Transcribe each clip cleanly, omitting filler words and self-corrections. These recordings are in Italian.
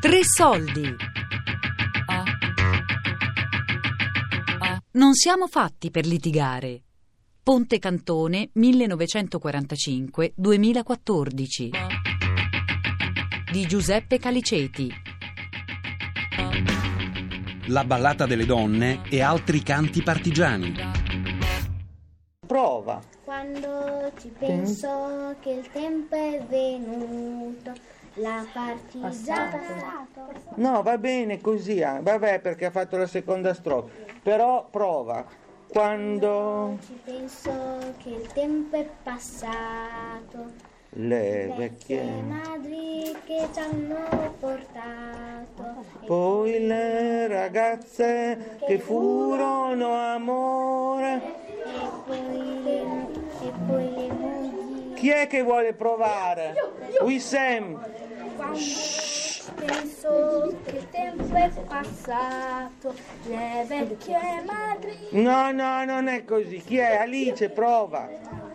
Tre soldi. Non siamo fatti per litigare. Ponte Cantone 1945-2014 di Giuseppe Caliceti. La ballata delle donne e altri canti partigiani. Prova. Quando ci penso che il tempo è venuto, la partigiana... No, va bene così, vabbè, perché ha fatto la seconda strofa. Però prova. Quando ci penso che il tempo è passato, le vecchie madri che ci hanno portato, poi le ragazze che furono amore, e poi le mogli. Chi è che vuole provare? Wissem. Penso che il tempo è passato, le vecchie madri... No, non è così. Chi è? Alice, prova.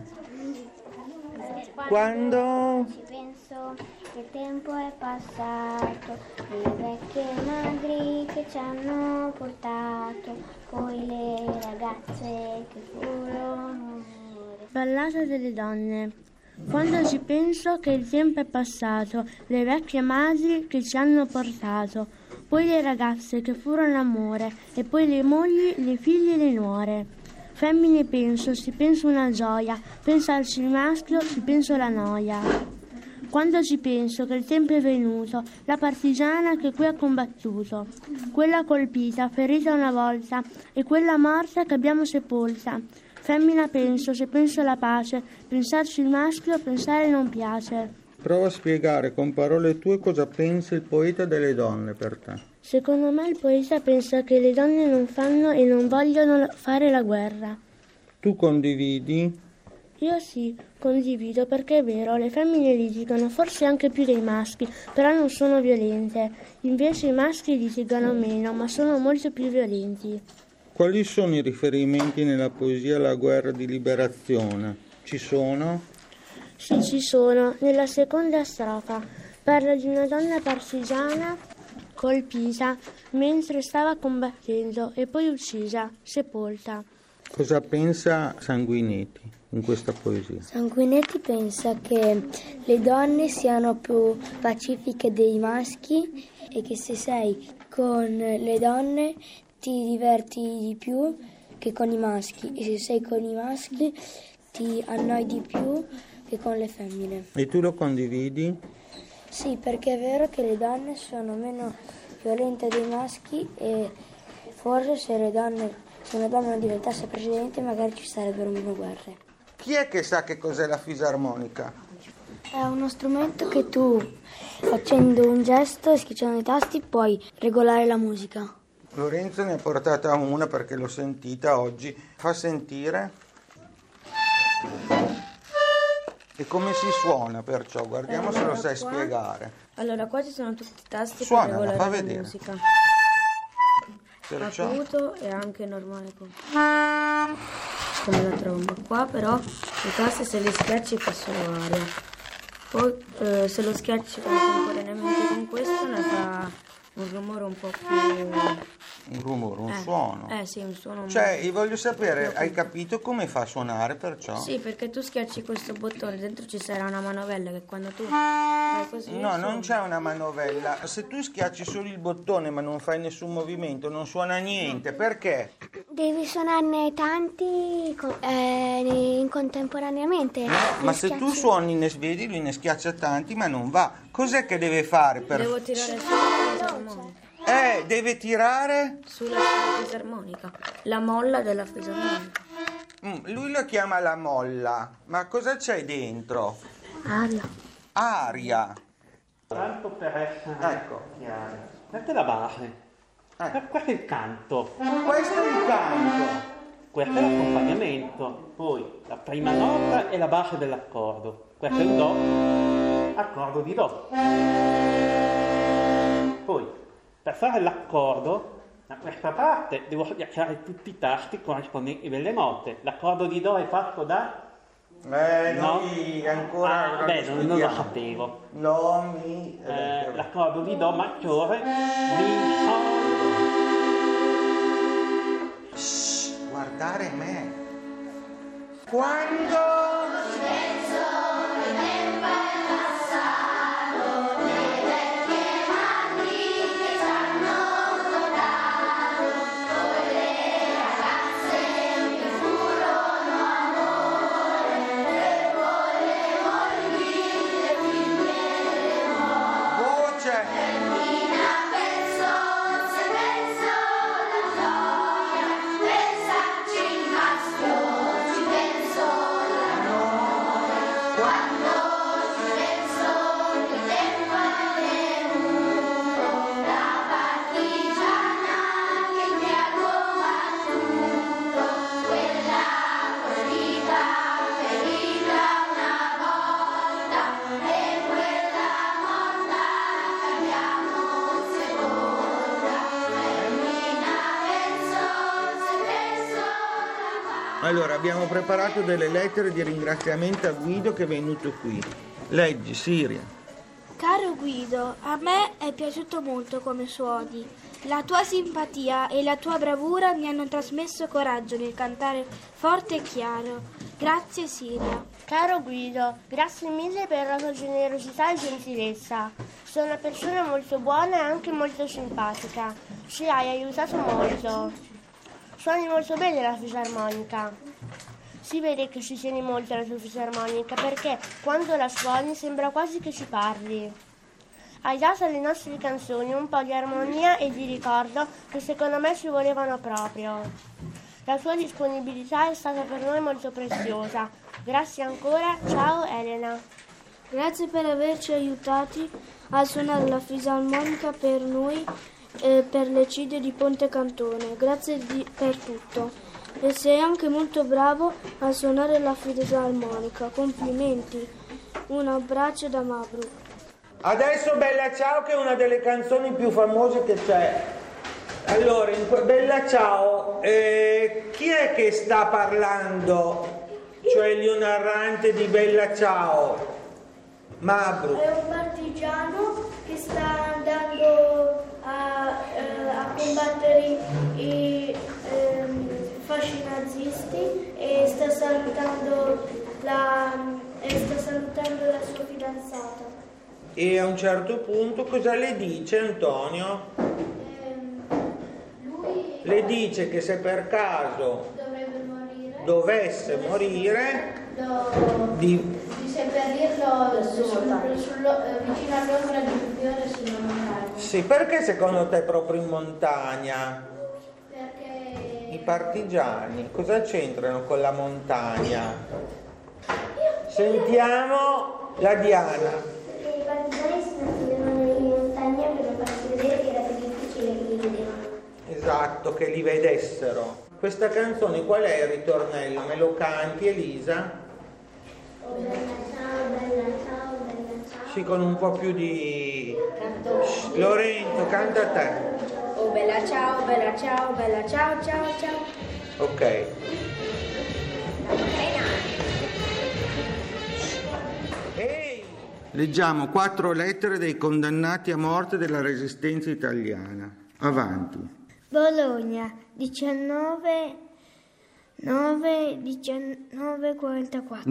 Quando ci penso che il tempo è passato, le vecchie madri che ci hanno portato, poi le ragazze che furono amore. Ballata delle donne. Quando ci penso che il tempo è passato, le vecchie madri che ci hanno portato, poi le ragazze che furono amore, e poi le mogli, le figlie e le nuore. Femmine penso, si pensa una gioia, pensa al maschio, si pensa la noia. Quando ci penso che il tempo è venuto, la partigiana che qui ha combattuto, quella colpita, ferita una volta, e quella morta che abbiamo sepolta. Femmina penso, se penso alla pace, pensarci il maschio, pensare non piace. prova a spiegare con parole tue cosa pensa il poeta delle donne per te. Secondo me il poeta pensa che le donne non fanno e non vogliono fare la guerra. Tu condividi? Io sì, condivido perché è vero, le femmine litigano, forse anche più dei maschi, però non sono violente. Invece i maschi litigano meno, ma sono molto più violenti. Quali sono i riferimenti nella poesia alla guerra di liberazione? Ci sono? Sì, ci sono. Nella seconda strofa parla di una donna partigiana colpita mentre stava combattendo e poi uccisa, sepolta. Cosa pensa Sanguinetti in questa poesia? Sanguinetti pensa che le donne siano più pacifiche dei maschi e che se sei con le donne ti diverti di più che con i maschi, e se sei con i maschi ti annoi di più che con le femmine. E tu lo condividi? Sì, perché è vero che le donne sono meno violente dei maschi e forse se una donna non diventasse presidente magari ci sarebbero meno guerre. Chi è che sa che cos'è la fisarmonica? È uno strumento che tu, facendo un gesto e schiacciando i tasti, puoi regolare la musica. Lorenzo ne ha portata una perché l'ho sentita oggi. Fa sentire. E come si suona perciò? Guardiamo se lo sai spiegare. Allora, qua ci sono tutti i tasti Suona, per regolare fa la vedere. musica. Perciò Acuto e anche normale come la tromba. Qua però i tasti se li schiacci fa solo aria. Poi se lo schiacci contemporaneamente con questo ne fa un rumore un po' più... un rumore, un suono. Sì, un suono. Cioè, voglio sapere, hai capito come fa a suonare perciò? Sì, perché tu schiacci questo bottone, dentro ci sarà una manovella che quando tu fai così... No, non c'è una manovella. Se tu schiacci solo il bottone ma non fai nessun movimento, non suona niente. Perché? Devi suonarne tanti contemporaneamente. Ma se tu suoni, vedi, lui ne schiaccia tanti ma non va. Cos'è che deve fare per... Devo tirare sulla fisarmonica. Deve tirare? Sulla fisarmonica. La molla della fisarmonica. Lui lo chiama la molla. Ma cosa c'è dentro? Aria. Tanto per essere chiari. Questa è la base. Questo è il canto. Questo è il canto. Questo è l'accompagnamento. Poi la prima nota è la base dell'accordo. Questo è il do. Accordo di do. Poi, per fare l'accordo, da questa parte devo schiacciare tutti i tasti corrispondenti delle note. L'accordo di do è fatto da Noi ancora non lo sapevo. L'accordo di Do maggiore, Mi, Sol. Guardare me. Quando Allora, abbiamo preparato delle lettere di ringraziamento a Guido che è venuto qui. Leggi, Siria. Caro Guido, a me è piaciuto molto come suoni. La tua simpatia e la tua bravura mi hanno trasmesso coraggio nel cantare forte e chiaro. Grazie Siria. Caro Guido, grazie mille per la tua generosità e gentilezza. Sei una persona molto buona e anche molto simpatica. Ci hai aiutato molto. Suoni molto bene la fisarmonica. Si vede che ci tieni molto alla tua fisarmonica perché quando la suoni sembra quasi che ci parli. Hai dato alle nostre canzoni un po' di armonia e di ricordo che secondo me ci volevano proprio. La tua disponibilità è stata per noi molto preziosa. Grazie ancora, ciao Elena. Grazie per averci aiutati a suonare la fisarmonica per noi e per l'Eccidio di Ponte Cantone. Grazie per tutto. E sei anche molto bravo a suonare la fisarmonica. Complimenti. Un abbraccio da Mabru. Adesso Bella Ciao, che è una delle canzoni più famose che c'è. Allora, Bella Ciao, chi è che sta parlando? Cioè il narrante di Bella Ciao? Mabru. È un partigiano che sta andando a combattere i fasci nazisti e sta salutando la sua fidanzata. E a un certo punto cosa le dice Antonio? Lui Le dice che se per caso dovesse morire di seppellirlo vicino all'ombra di un fiore sulla montagna. Sì, perché secondo te proprio in montagna? Perché I partigiani cosa c'entrano con la montagna? Sentiamo la Diana. i partigiani si nascondevano in montagna per non farsi vedere che era più difficile che li vedevano. Esatto, che li vedessero. Questa canzone qual è il ritornello? Me lo canti, Elisa? Oh bella ciao, bella ciao, bella ciao. Sì, con un po' più di... Lorenzo, canta a te. Oh bella ciao, bella ciao, bella ciao, ciao, ciao. Ok. Ehi! Leggiamo 4 lettere dei condannati a morte della Resistenza italiana. Avanti. Bologna, 1944.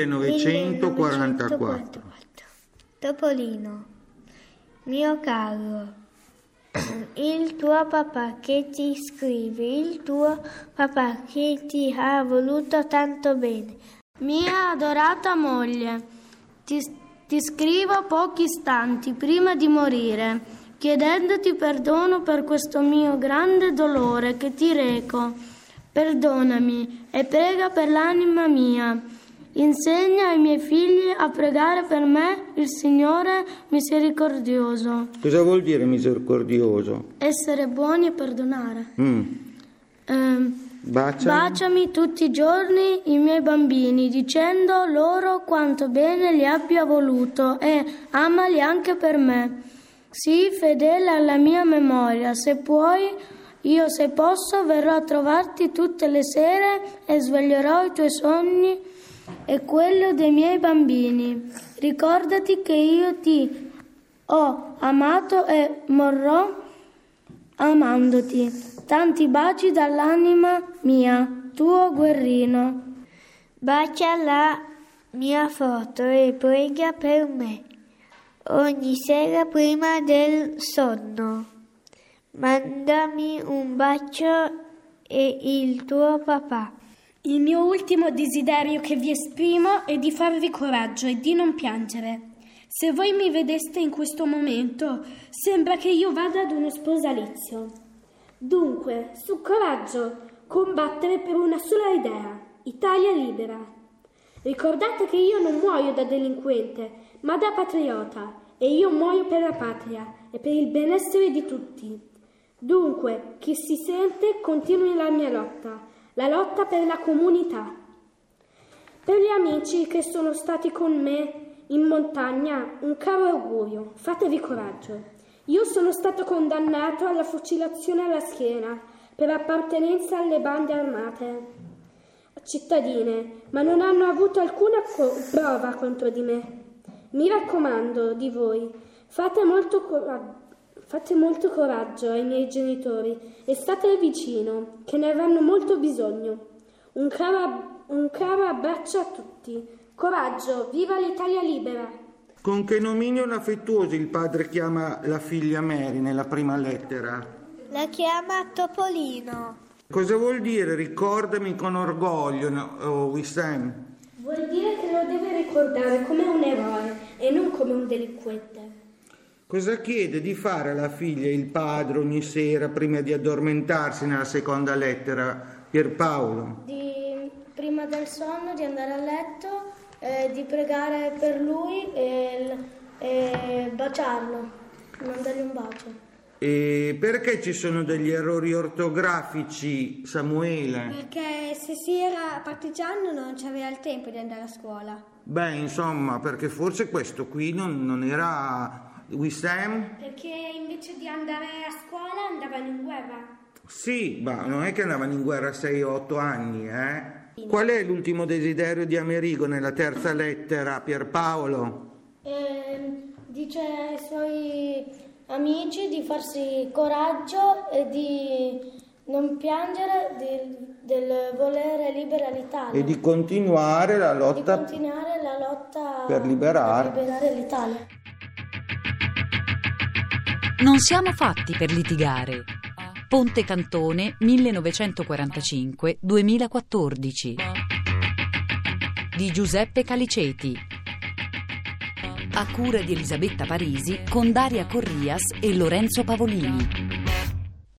1944. Topolino, mio caro, il tuo papà che ti scrive, il tuo papà che ti ha voluto tanto bene. Mia adorata moglie, ti scrivo pochi istanti prima di morire, chiedendoti perdono per questo mio grande dolore che ti reco. Perdonami e prega per l'anima mia. Insegna ai miei figli a pregare per me il Signore misericordioso. Cosa vuol dire misericordioso? Essere buoni e perdonare. Baciami tutti i giorni i miei bambini, dicendo loro quanto bene li abbia voluto e amali anche per me. Sii fedele alla mia memoria, se puoi, io se posso verrò a trovarti tutte le sere e sveglierò i tuoi sogni e quello dei miei bambini. Ricordati che io ti ho amato e morrò amandoti. Tanti baci dall'anima mia, tuo Guerrino. Bacia la mia foto e prega per me ogni sera prima del sonno. Mandami un bacio e il tuo papà. Il mio ultimo desiderio che vi esprimo è di farvi coraggio e di non piangere. Se voi mi vedeste in questo momento, sembra che io vada ad uno sposalizio. Dunque, su coraggio, combattere per una sola idea, Italia libera. Ricordate che io non muoio da delinquente, ma da patriota, e io muoio per la patria e per il benessere di tutti. Dunque, chi si sente, continui la mia lotta, la lotta per la comunità. Per gli amici che sono stati con me in montagna, un caro augurio, fatevi coraggio. Io sono stato condannato alla fucilazione alla schiena per appartenenza alle bande armate cittadine, ma non hanno avuto alcuna prova contro di me. Mi raccomando di voi, fate molto coraggio ai miei genitori e state vicino, che ne avranno molto bisogno. Un caro abbraccio a tutti. Coraggio, viva l'Italia libera! Con che nomignolo affettuoso il padre chiama la figlia Mary nella prima lettera? La chiama Topolino. Cosa vuol dire ricordami con orgoglio, Wissem? Vuol dire che lo deve ricordare come un eroe e non come un delinquente. Cosa chiede di fare alla figlia il padre ogni sera prima di addormentarsi nella seconda lettera, Pierpaolo? Prima del sonno, di andare a letto, di pregare per lui e baciarlo, mandargli un bacio. E perché ci sono degli errori ortografici, Samuele? Perché se si era partigiano non c'aveva il tempo di andare a scuola. Beh, insomma, perché forse questo qui non era Wissem? Perché invece di andare a scuola andavano in guerra. Sì, ma non è che andavano in guerra a 6 o 8 anni, eh? Qual è l'ultimo desiderio di Amerigo nella terza lettera, Pierpaolo? Dice ai suoi amici di farsi coraggio e di non piangere, del volere libera l'Italia. E di continuare la lotta, per liberare l'Italia. Non siamo fatti per litigare. Ponte Cantone 1945-2014 di Giuseppe Caliceti, a cura di Elisabetta Parisi con Daria Corrias e Lorenzo Pavolini.